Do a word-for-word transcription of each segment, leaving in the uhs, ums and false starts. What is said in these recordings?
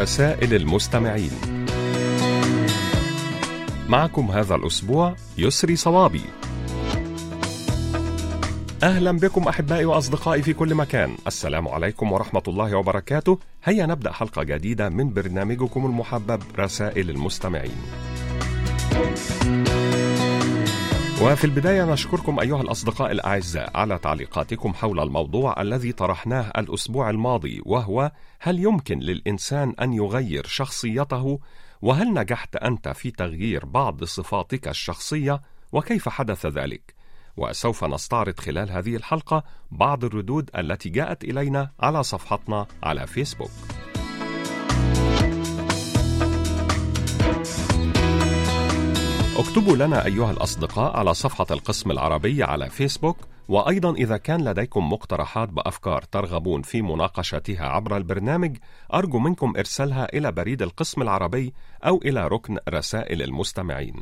رسائل المستمعين. معكم هذا الأسبوع يسري صوابي. أهلا بكم أحبائي وأصدقائي في كل مكان. السلام عليكم ورحمة الله وبركاته. هيا نبدأ حلقة جديدة من برنامجكم المحبب رسائل المستمعين. وفي البداية نشكركم أيها الأصدقاء الأعزاء على تعليقاتكم حول الموضوع الذي طرحناه الأسبوع الماضي، وهو: هل يمكن للإنسان أن يغير شخصيته؟ وهل نجحت أنت في تغيير بعض صفاتك الشخصية؟ وكيف حدث ذلك؟ وسوف نستعرض خلال هذه الحلقة بعض الردود التي جاءت إلينا على صفحتنا على فيسبوك. اكتبوا لنا أيها الأصدقاء على صفحة القسم العربي على فيسبوك، وأيضا إذا كان لديكم مقترحات بأفكار ترغبون في مناقشتها عبر البرنامج، أرجو منكم إرسالها إلى بريد القسم العربي أو إلى ركن رسائل المستمعين.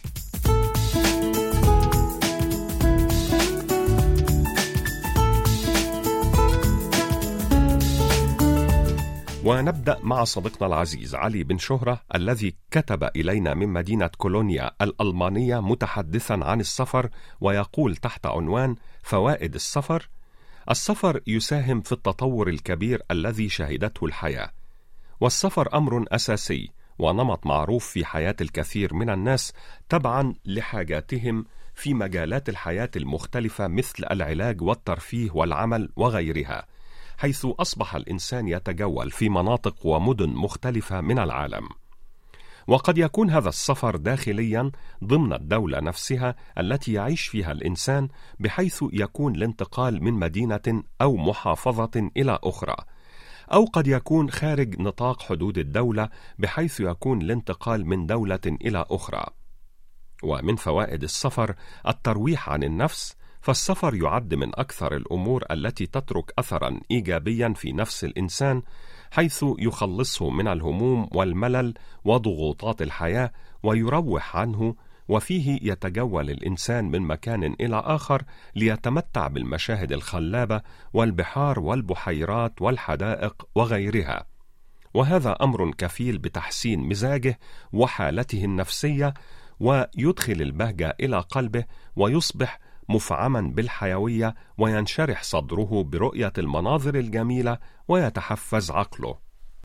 ونبدأ مع صديقنا العزيز علي بن شهرة الذي كتب إلينا من مدينة كولونيا الألمانية متحدثا عن السفر، ويقول تحت عنوان فوائد السفر: السفر يساهم في التطور الكبير الذي شهدته الحياة، والسفر أمر أساسي ونمط معروف في حياة الكثير من الناس تبعا لحاجاتهم في مجالات الحياة المختلفة مثل العلاج والترفيه والعمل وغيرها، حيث أصبح الإنسان يتجول في مناطق ومدن مختلفة من العالم. وقد يكون هذا السفر داخليا ضمن الدولة نفسها التي يعيش فيها الإنسان، بحيث يكون الانتقال من مدينة أو محافظة إلى أخرى، أو قد يكون خارج نطاق حدود الدولة بحيث يكون الانتقال من دولة إلى أخرى. ومن فوائد السفر الترويح عن النفس، فالسفر يعد من أكثر الأمور التي تترك أثرا إيجابيا في نفس الإنسان، حيث يخلصه من الهموم والملل وضغوطات الحياة ويروح عنه، وفيه يتجول الإنسان من مكان إلى آخر ليتمتع بالمشاهد الخلابة والبحار والبحيرات والحدائق وغيرها، وهذا أمر كفيل بتحسين مزاجه وحالته النفسية، ويدخل البهجة إلى قلبه ويصبح مفعما بالحيوية، وينشرح صدره برؤية المناظر الجميلة ويتحفز عقله.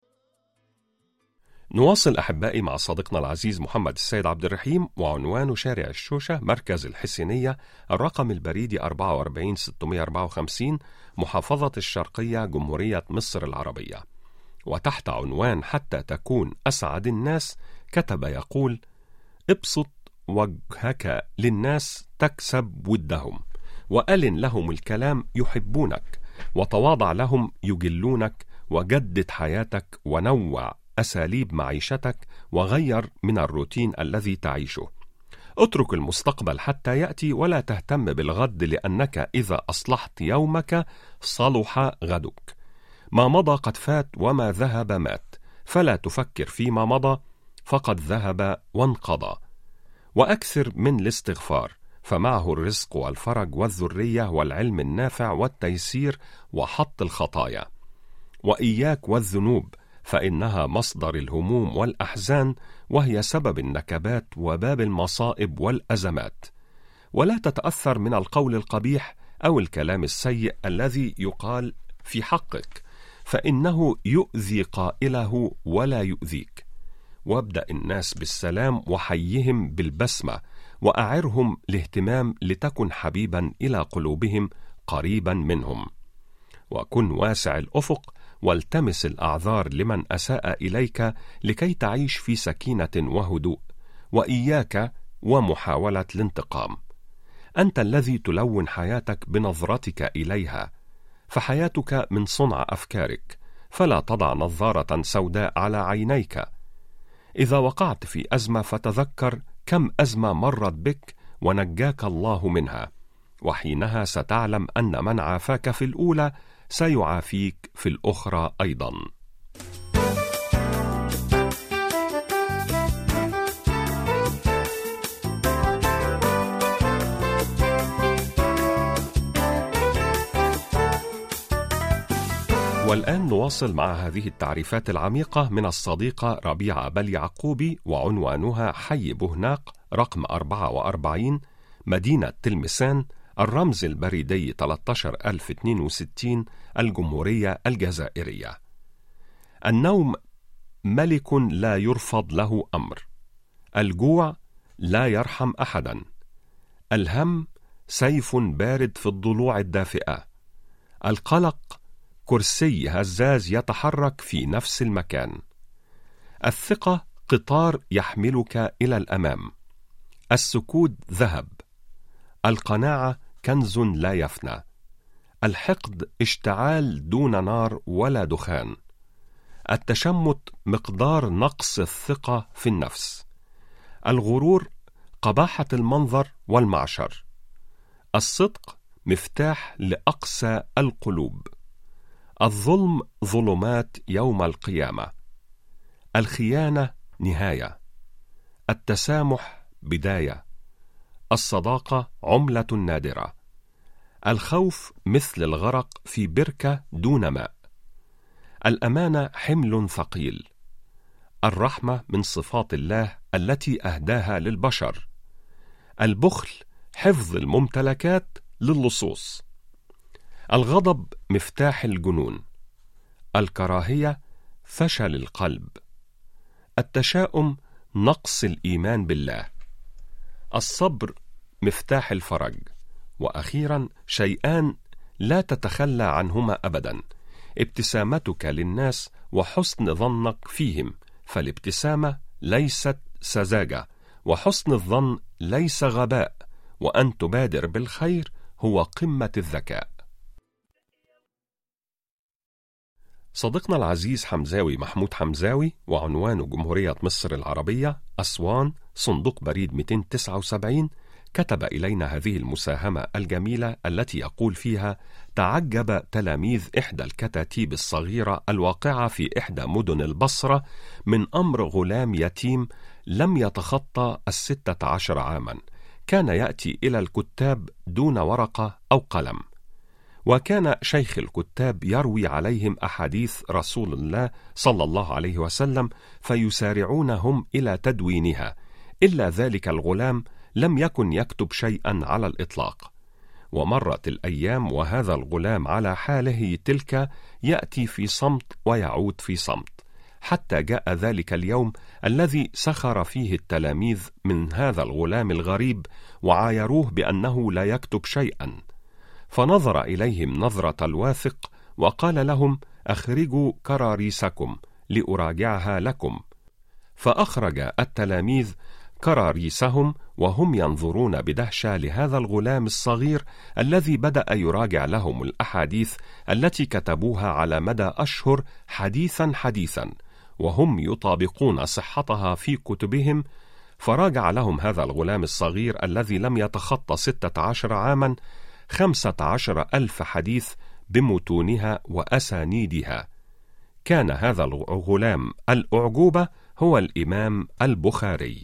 نواصل أحبائي مع صديقنا العزيز محمد السيد عبد الرحيم، وعنوان شارع الشوشة، مركز الحسينية، الرقم البريدي أربعة وأربعين ستمائة وأربعة وخمسين، محافظة الشرقية، جمهورية مصر العربية. وتحت عنوان حتى تكون أسعد الناس كتب يقول: ابسط وجهك للناس تكسب ودهم، وألن لهم الكلام يحبونك، وتواضع لهم يجلونك، وجدد حياتك ونوع أساليب معيشتك، وغير من الروتين الذي تعيشه. اترك المستقبل حتى يأتي ولا تهتم بالغد، لأنك إذا أصلحت يومك صلح غدك. ما مضى قد فات وما ذهب مات، فلا تفكر فيما مضى فقد ذهب وانقضى. وأكثر من الاستغفار، فمعه الرزق والفرج والذرية والعلم النافع والتيسير وحط الخطايا. وإياك والذنوب، فإنها مصدر الهموم والأحزان، وهي سبب النكبات وباب المصائب والأزمات. ولا تتأثر من القول القبيح أو الكلام السيء الذي يقال في حقك، فإنه يؤذي قائله ولا يؤذيك. وابدأ الناس بالسلام وحيهم بالبسمة، وأعرهم الاهتمام لتكن حبيبا إلى قلوبهم قريبا منهم. وكن واسع الأفق، والتمس الأعذار لمن أساء إليك لكي تعيش في سكينة وهدوء، وإياك ومحاولة الانتقام. أنت الذي تلون حياتك بنظرتك إليها، فحياتك من صنع أفكارك، فلا تضع نظارة سوداء على عينيك. إذا وقعت في أزمة فتذكر كم أزمة مرت بك ونجاك الله منها، وحينها ستعلم أن من عافاك في الأولى سيعافيك في الأخرى أيضا. والآن نواصل مع هذه التعريفات العميقة من الصديقة ربيعة بل يعقوبي، وعنوانها حي بوهناق رقم أربعة وأربعين، مدينة تلمسان، الرمز البريدي ثلاثة عشر ألف واثنين وستين، الجمهورية الجزائرية. النوم ملك لا يرفض له أمر، الجوع لا يرحم أحدا، الهم سيف بارد في الضلوع الدافئة، القلق كرسي هزاز يتحرك في نفس المكان، الثقة قطار يحملك إلى الأمام، السكوت ذهب، القناعة كنز لا يفنى، الحقد اشتعال دون نار ولا دخان، التشمت مقدار نقص الثقة في النفس، الغرور قباحة المنظر والمعشر، الصدق مفتاح لأقسى القلوب، الظلم ظلمات يوم القيامة، الخيانة نهاية، التسامح بداية، الصداقة عملة نادرة، الخوف مثل الغرق في بركة دون ماء، الأمانة حمل ثقيل، الرحمة من صفات الله التي أهداها للبشر، البخل حفظ الممتلكات للصوص، الغضب مفتاح الجنون، الكراهية فشل القلب، التشاؤم نقص الإيمان بالله، الصبر مفتاح الفرج، وأخيرا شيئان لا تتخلى عنهما أبدا، ابتسامتك للناس وحسن ظنك فيهم، فالابتسامة ليست سذاجة، وحسن الظن ليس غباء، وأن تبادر بالخير هو قمة الذكاء. صديقنا العزيز حمزاوي محمود حمزاوي، وعنوانه جمهورية مصر العربية، أسوان، صندوق بريد مئتين وتسعة وسبعين، كتب إلينا هذه المساهمة الجميلة التي يقول فيها: تعجب تلاميذ إحدى الكتاتيب الصغيرة الواقعة في إحدى مدن البصرة من أمر غلام يتيم لم يتخطى الستة عشر عاما، كان يأتي إلى الكتاب دون ورقة أو قلم، وكان شيخ الكتاب يروي عليهم أحاديث رسول الله صلى الله عليه وسلم فيسارعونهم إلى تدوينها، إلا ذلك الغلام لم يكن يكتب شيئا على الإطلاق. ومرت الأيام وهذا الغلام على حاله تلك، يأتي في صمت ويعود في صمت، حتى جاء ذلك اليوم الذي سخر فيه التلاميذ من هذا الغلام الغريب وعايروه بأنه لا يكتب شيئا، فنظر إليهم نظرة الواثق وقال لهم: أخرجوا كراريسكم لأراجعها لكم. فأخرج التلاميذ كراريسهم وهم ينظرون بدهشة لهذا الغلام الصغير الذي بدأ يراجع لهم الأحاديث التي كتبوها على مدى أشهر حديثا حديثا، وهم يطابقون صحتها في كتبهم. فراجع لهم هذا الغلام الصغير الذي لم يتخطى ستة عشر عاما خمسة عشر ألف حديث بمتونها وأسانيدها. كان هذا الغلام الأعجوبة هو الإمام البخاري.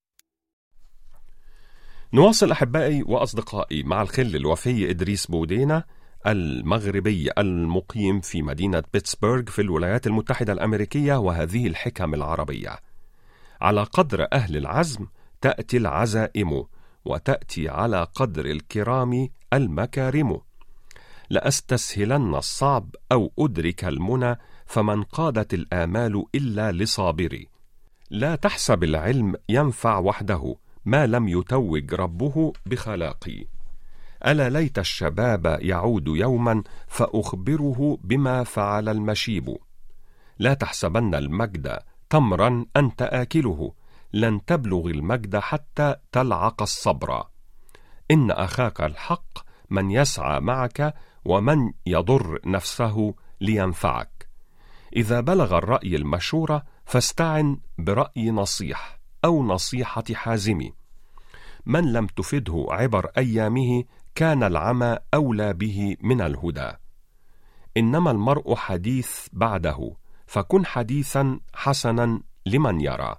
نواصل أحبائي وأصدقائي مع الخل الوفي إدريس بودينا المغربي المقيم في مدينة بيتسبرغ في الولايات المتحدة الأمريكية، وهذه الحكم العربية: على قدر أهل العزم تأتي العزائم، وتأتي على قدر الكرام المكارم، لأستسهلن الصعب أو أدرك المنى، فمن قادت الآمال إلا لصابري. لا تحسب العلم ينفع وحده، ما لم يتوج ربه بخلاقي. ألا ليت الشباب يعود يوما، فأخبره بما فعل المشيب. لا تحسبن المجد تمرا أنت آكله، لن تبلغ المجد حتى تلعق الصبر. إن أخاك الحق من يسعى معك، ومن يضر نفسه لينفعك. إذا بلغ الرأي المشورة فاستعن برأي نصيح أو نصيحة حازم. من لم تفده عبر أيامه، كان العمى أولى به من الهدى. إنما المرء حديث بعده، فكن حديثا حسنا لمن يرى.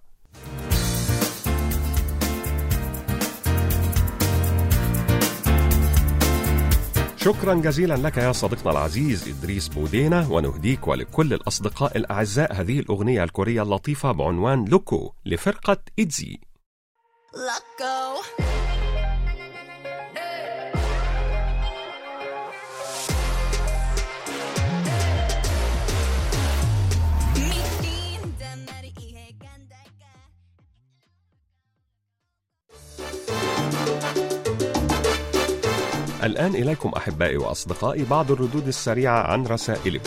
شكرا جزيلا لك يا صديقنا العزيز إدريس بودينا، ونهديك ولكل الأصدقاء الأعزاء هذه الأغنية الكورية اللطيفة بعنوان لوكو لفرقة إيتزي. الآن إليكم أحبائي وأصدقائي بعض الردود السريعة عن رسائلكم.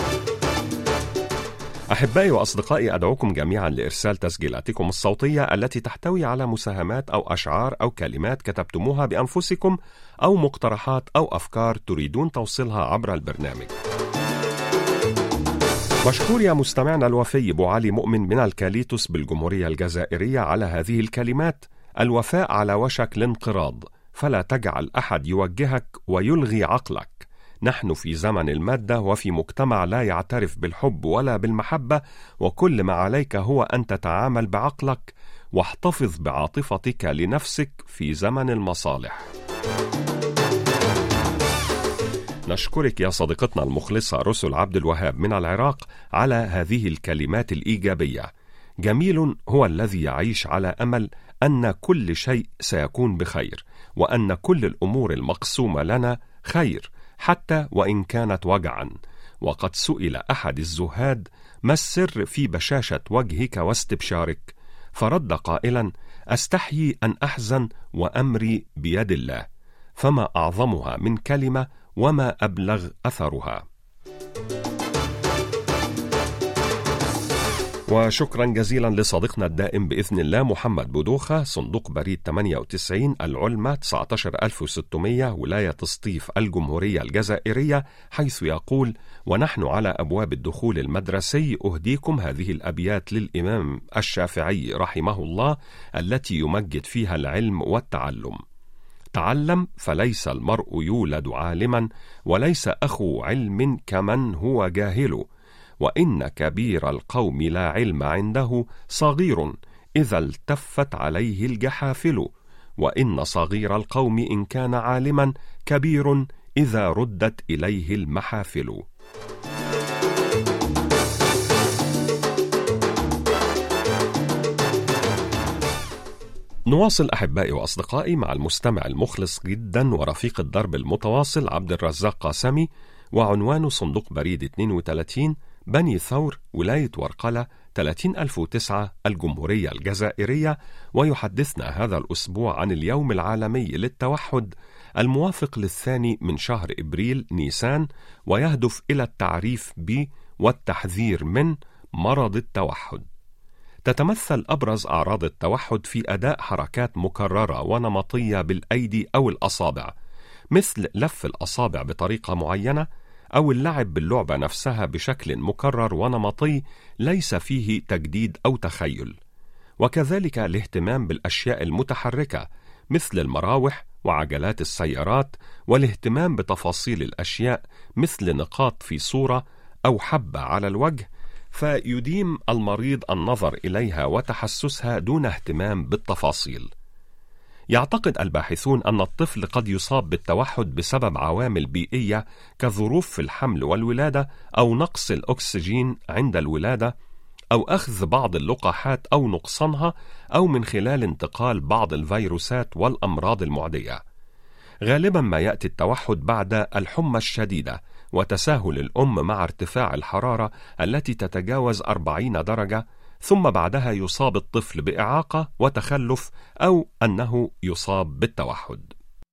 أحبائي وأصدقائي، أدعوكم جميعا لإرسال تسجيلاتكم الصوتية التي تحتوي على مساهمات أو أشعار أو كلمات كتبتموها بأنفسكم أو مقترحات أو أفكار تريدون توصيلها عبر البرنامج. مشكور يا مستمعنا الوفي أبو علي مؤمن من الكاليتوس بالجمهورية الجزائرية على هذه الكلمات: الوفاء على وشك الانقراض، فلا تجعل أحد يوجهك ويلغي عقلك. نحن في زمن المادة وفي مجتمع لا يعترف بالحب ولا بالمحبة، وكل ما عليك هو أن تتعامل بعقلك واحتفظ بعاطفتك لنفسك في زمن المصالح. نشكرك يا صديقتنا المخلصة رسل عبد الوهاب من العراق على هذه الكلمات الإيجابية. جميل هو الذي يعيش على أمل أن كل شيء سيكون بخير، وأن كل الأمور المقسومة لنا خير حتى وإن كانت وجعا. وقد سئل أحد الزهاد: ما السر في بشاشة وجهك واستبشارك؟ فرد قائلا: أستحيي أن أحزن وأمري بيد الله، فما أعظمها من كلمة وما أبلغ أثرها. وشكرا جزيلا لصديقنا الدائم بإذن الله محمد بودوخة، صندوق بريد ثمانية وتسعين العلمة تسعة عشر ألف وستمائة ولاية سطيف الجمهورية الجزائرية، حيث يقول: ونحن على أبواب الدخول المدرسي أهديكم هذه الأبيات للإمام الشافعي رحمه الله التي يمجد فيها العلم والتعلم: تعلم فليس المرء يولد عالما، وليس أخو علم كمن هو جاهل، وإن كبير القوم لا علم عنده صغير إذا التفت عليه الجحافل، وإن صغير القوم إن كان عالما كبير إذا ردت إليه المحافل. نواصل أحبائي وأصدقائي مع المستمع المخلص جدا ورفيق الدرب المتواصل عبد الرزاق قاسمي، وعنوان صندوق بريد اثنين وثلاثين بني ثور ولاية ورقلة ثلاثين ألف وتسعة الجمهورية الجزائرية، ويحدثنا هذا الأسبوع عن اليوم العالمي للتوحد الموافق للثاني من شهر إبريل نيسان، ويهدف إلى التعريف ب والتحذير من مرض التوحد. تتمثل أبرز أعراض التوحد في أداء حركات مكررة ونمطية بالأيدي أو الأصابع، مثل لف الأصابع بطريقة معينة، أو اللعب باللعبة نفسها بشكل مكرر ونمطي ليس فيه تجديد أو تخيل، وكذلك الاهتمام بالأشياء المتحركة مثل المراوح وعجلات السيارات، والاهتمام بتفاصيل الأشياء مثل نقاط في صورة أو حبة على الوجه، فيديم المريض النظر إليها وتحسسها دون اهتمام بالتفاصيل. يعتقد الباحثون أن الطفل قد يصاب بالتوحد بسبب عوامل بيئية كظروف في الحمل والولادة، أو نقص الأكسجين عند الولادة، أو أخذ بعض اللقاحات أو نقصانها، أو من خلال انتقال بعض الفيروسات والأمراض المعدية. غالبا ما يأتي التوحد بعد الحمى الشديدة وتساهل الأم مع ارتفاع الحرارة التي تتجاوز أربعين درجة، ثم بعدها يصاب الطفل بإعاقة وتخلف، أو أنه يصاب بالتوحد.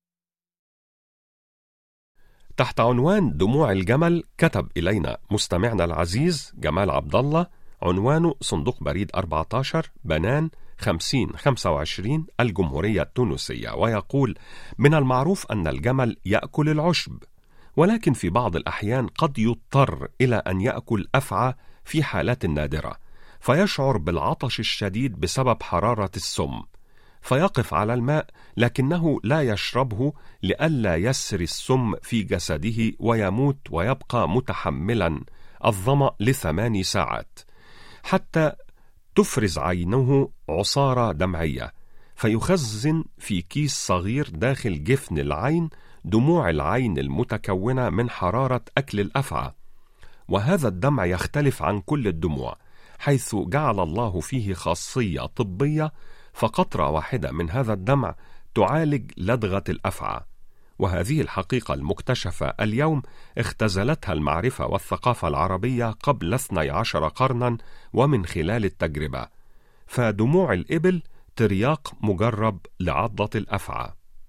تحت عنوان دموع الجمل كتب إلينا مستمعنا العزيز جمال عبد الله، عنوانه صندوق بريد أربعة عشر بنان خمسين خمسة وعشرين الجمهورية التونسية، ويقول: من المعروف أن الجمل يأكل العشب، ولكن في بعض الأحيان قد يضطر إلى أن يأكل أفعى في حالات نادرة، فيشعر بالعطش الشديد بسبب حرارة السم، فيقف على الماء لكنه لا يشربه لئلا يسري السم في جسده ويموت، ويبقى متحملا الظمأ لثماني ساعات حتى تفرز عينه عصارة دمعية، فيخزن في كيس صغير داخل جفن العين دموع العين المتكونة من حرارة أكل الأفعى، وهذا الدمع يختلف عن كل الدموع، حيث جعل الله فيه خاصية طبية، فقطرة واحدة من هذا الدمع تعالج لدغة الأفعى. وهذه الحقيقة المكتشفة اليوم اختزلتها المعرفة والثقافة العربية قبل اثني عشر قرنا ومن خلال التجربة. فدموع الإبل ترياق مجرب لعضة الأفعى.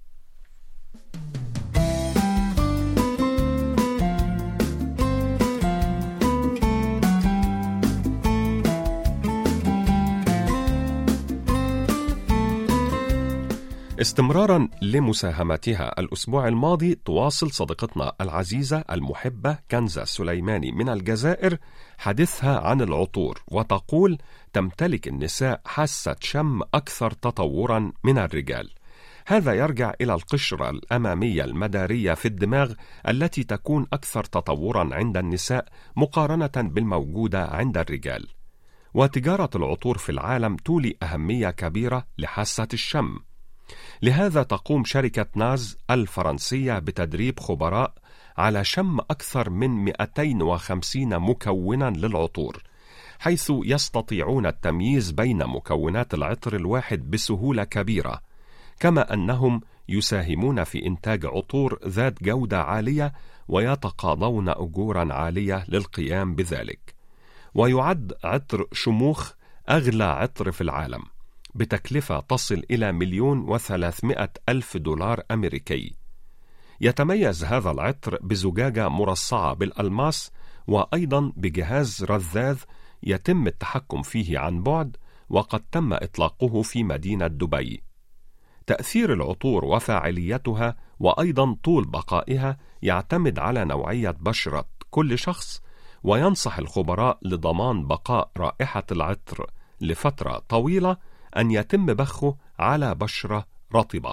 استمرارا لمساهمتها الأسبوع الماضي، تواصل صديقتنا العزيزة المحبة كنزة سليماني من الجزائر حديثها عن العطور، وتقول: تمتلك النساء حاسة شم أكثر تطورا من الرجال. هذا يرجع إلى القشرة الأمامية المدارية في الدماغ التي تكون أكثر تطورا عند النساء مقارنة بالموجودة عند الرجال. وتجارة العطور في العالم تولي أهمية كبيرة لحاسة الشم، لهذا تقوم شركة ناز الفرنسية بتدريب خبراء على شم أكثر من مئتين وخمسين مكونا للعطور، حيث يستطيعون التمييز بين مكونات العطر الواحد بسهولة كبيرة، كما أنهم يساهمون في إنتاج عطور ذات جودة عالية ويتقاضون أجورا عالية للقيام بذلك. ويعد عطر شموخ أغلى عطر في العالم بتكلفة تصل إلى مليون وثلاثمائة ألف دولار أمريكي. يتميز هذا العطر بزجاجة مرصعة بالألماس، وأيضا بجهاز رذاذ يتم التحكم فيه عن بعد، وقد تم إطلاقه في مدينة دبي. تأثير العطور وفاعليتها وأيضا طول بقائها يعتمد على نوعية بشرة كل شخص، وينصح الخبراء لضمان بقاء رائحة العطر لفترة طويلة أن يتم بخه على بشرة رطبة.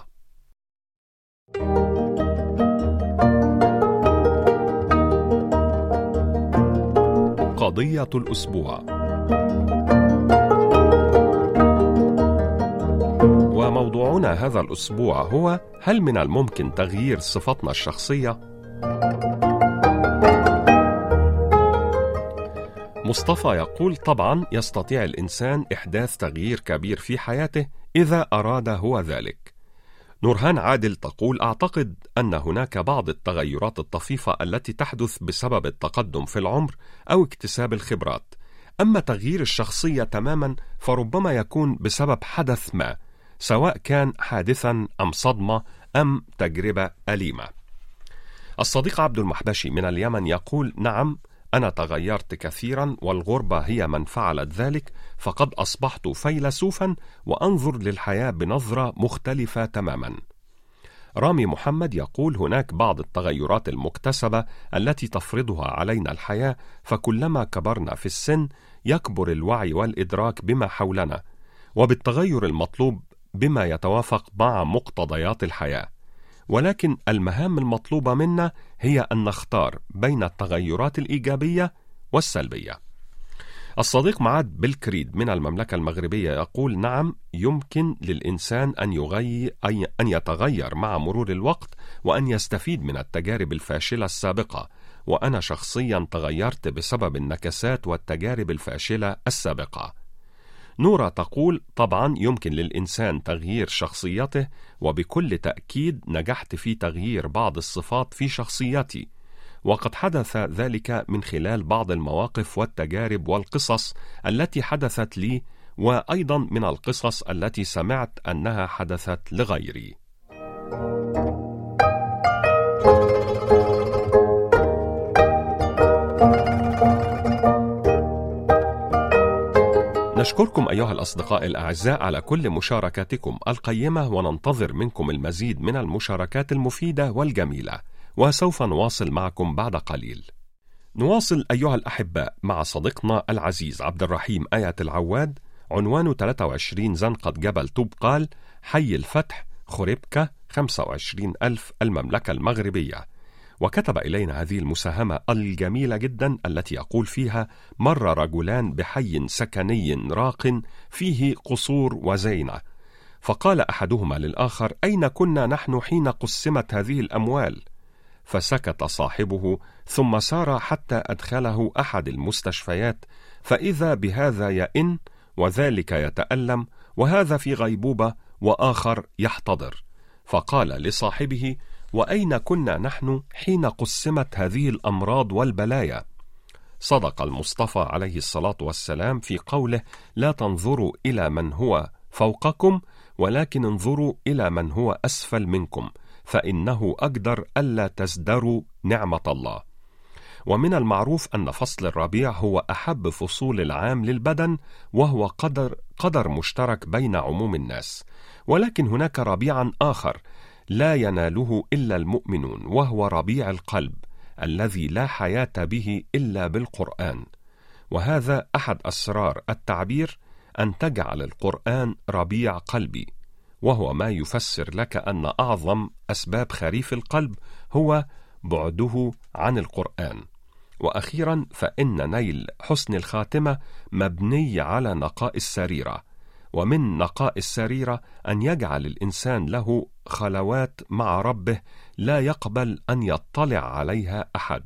قضية الأسبوع. وموضوعنا هذا الأسبوع هو: هل من الممكن تغيير صفاتنا الشخصية؟ مصطفى يقول: طبعا يستطيع الإنسان إحداث تغيير كبير في حياته إذا أراد هو ذلك. نورهان عادل تقول: أعتقد أن هناك بعض التغيرات الطفيفة التي تحدث بسبب التقدم في العمر أو اكتساب الخبرات، أما تغيير الشخصية تماما فربما يكون بسبب حدث ما، سواء كان حادثا أم صدمة أم تجربة أليمة. الصديق عبد المحبشي من اليمن يقول: نعم، أنا تغيرت كثيرا، والغربة هي من فعلت ذلك، فقد أصبحت فيلسوفا وأنظر للحياة بنظرة مختلفة تماما. رامي محمد يقول: هناك بعض التغيرات المكتسبة التي تفرضها علينا الحياة، فكلما كبرنا في السن يكبر الوعي والإدراك بما حولنا، وبالتغير المطلوب بما يتوافق مع مقتضيات الحياة، ولكن المهام المطلوبة منا هي أن نختار بين التغيرات الإيجابية والسلبية. الصديق معاد بالكريد من المملكة المغربية يقول: نعم، يمكن للإنسان أن يغير أن يتغير مع مرور الوقت، وأن يستفيد من التجارب الفاشلة السابقة، وأنا شخصيا تغيرت بسبب النكسات والتجارب الفاشلة السابقة. نورة تقول: طبعا يمكن للإنسان تغيير شخصيته، وبكل تأكيد نجحت في تغيير بعض الصفات في شخصيتي، وقد حدث ذلك من خلال بعض المواقف والتجارب والقصص التي حدثت لي، وأيضا من القصص التي سمعت أنها حدثت لغيري. نشكركم أيها الأصدقاء الأعزاء على كل مشاركاتكم القيمة، وننتظر منكم المزيد من المشاركات المفيدة والجميلة، وسوف نواصل معكم بعد قليل. نواصل أيها الأحباء مع صديقنا العزيز عبد الرحيم آية العواد، عنوانه ثلاثة وعشرين زنقة جبل طوبقال، حي الفتح، خريبكة، خمسة وعشرين ألف، المملكة المغربية. وكتب إلينا هذه المساهمة الجميلة جدا التي يقول فيها: مر رجلان بحي سكني راق فيه قصور وزينة، فقال أحدهما للآخر: أين كنا نحن حين قسمت هذه الأموال؟ فسكت صاحبه، ثم سار حتى أدخله أحد المستشفيات، فإذا بهذا يئن وذلك يتألم، وهذا في غيبوبة وآخر يحتضر. فقال لصاحبه: وأين كنا نحن حين قسمت هذه الأمراض والبلايا؟ صدق المصطفى عليه الصلاة والسلام في قوله: لا تنظروا إلى من هو فوقكم، ولكن انظروا إلى من هو أسفل منكم، فإنه أقدر ألا تزدروا نعمة الله. ومن المعروف أن فصل الربيع هو أحب فصول العام للبدن، وهو قدر, قدر مشترك بين عموم الناس. ولكن هناك ربيعا آخر لا يناله إلا المؤمنون، وهو ربيع القلب الذي لا حياة به إلا بالقرآن. وهذا أحد أسرار التعبير، أن تجعل القرآن ربيع قلبي، وهو ما يفسر لك أن أعظم أسباب خريف القلب هو بعده عن القرآن. وأخيرا، فإن نيل حسن الخاتمة مبني على نقاء السريرة، ومن نقاء السريرة أن يجعل الإنسان له خلوات مع ربه لا يقبل أن يطلع عليها أحد.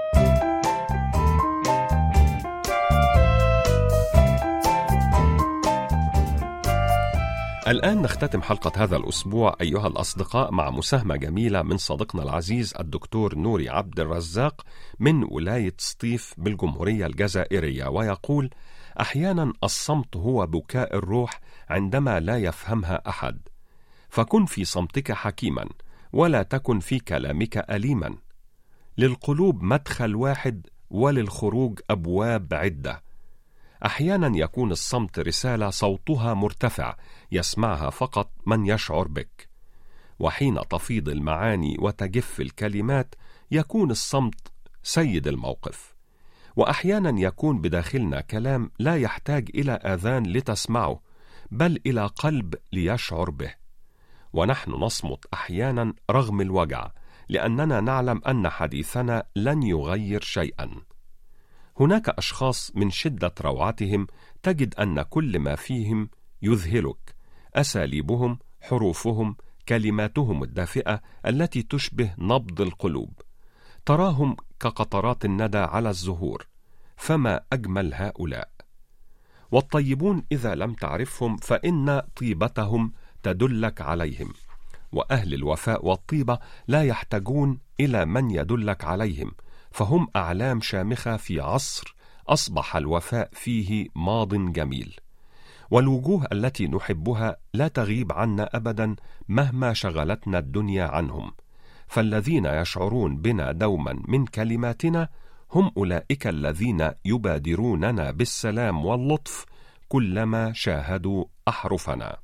الآن نختتم حلقة هذا الأسبوع أيها الأصدقاء مع مساهمة جميلة من صديقنا العزيز الدكتور نوري عبد الرزاق من ولاية سطيف بالجمهورية الجزائرية، ويقول: أحيانا الصمت هو بكاء الروح عندما لا يفهمها أحد، فكن في صمتك حكيما، ولا تكن في كلامك أليما. للقلوب مدخل واحد، وللخروج أبواب عدة. أحيانا يكون الصمت رسالة صوتها مرتفع يسمعها فقط من يشعر بك، وحين تفيض المعاني وتجف الكلمات يكون الصمت سيد الموقف. وأحيانا يكون بداخلنا كلام لا يحتاج إلى آذان لتسمعه، بل إلى قلب ليشعر به. ونحن نصمت أحيانا رغم الوجع، لأننا نعلم أن حديثنا لن يغير شيئا. هناك أشخاص من شدة روعتهم تجد أن كل ما فيهم يذهلك: أساليبهم، حروفهم، كلماتهم الدافئة التي تشبه نبض القلوب. تراهم كقطرات الندى على الزهور، فما أجمل هؤلاء. والطيبون إذا لم تعرفهم فإن طيبتهم تدلك عليهم، وأهل الوفاء والطيبة لا يحتاجون إلى من يدلك عليهم، فهم أعلام شامخة في عصر أصبح الوفاء فيه ماض جميل. والوجوه التي نحبها لا تغيب عنا أبدا مهما شغلتنا الدنيا عنهم، فالذين يشعرون بنا دوما من كلماتنا هم أولئك الذين يبادروننا بالسلام واللطف كلما شاهدوا أحرفنا.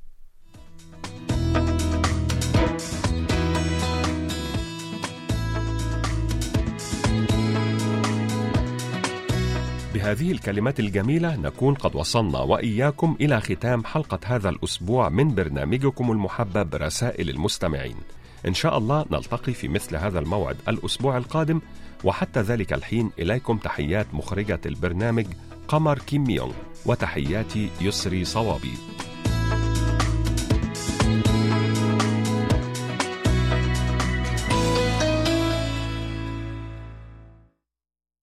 بهذه الكلمات الجميلة نكون قد وصلنا وإياكم إلى ختام حلقة هذا الأسبوع من برنامجكم المحبب رسائل المستمعين. إن شاء الله نلتقي في مثل هذا الموعد الأسبوع القادم، وحتى ذلك الحين إليكم تحيات مخرجة البرنامج قمر كيم يونغ، وتحياتي يسري صوابي.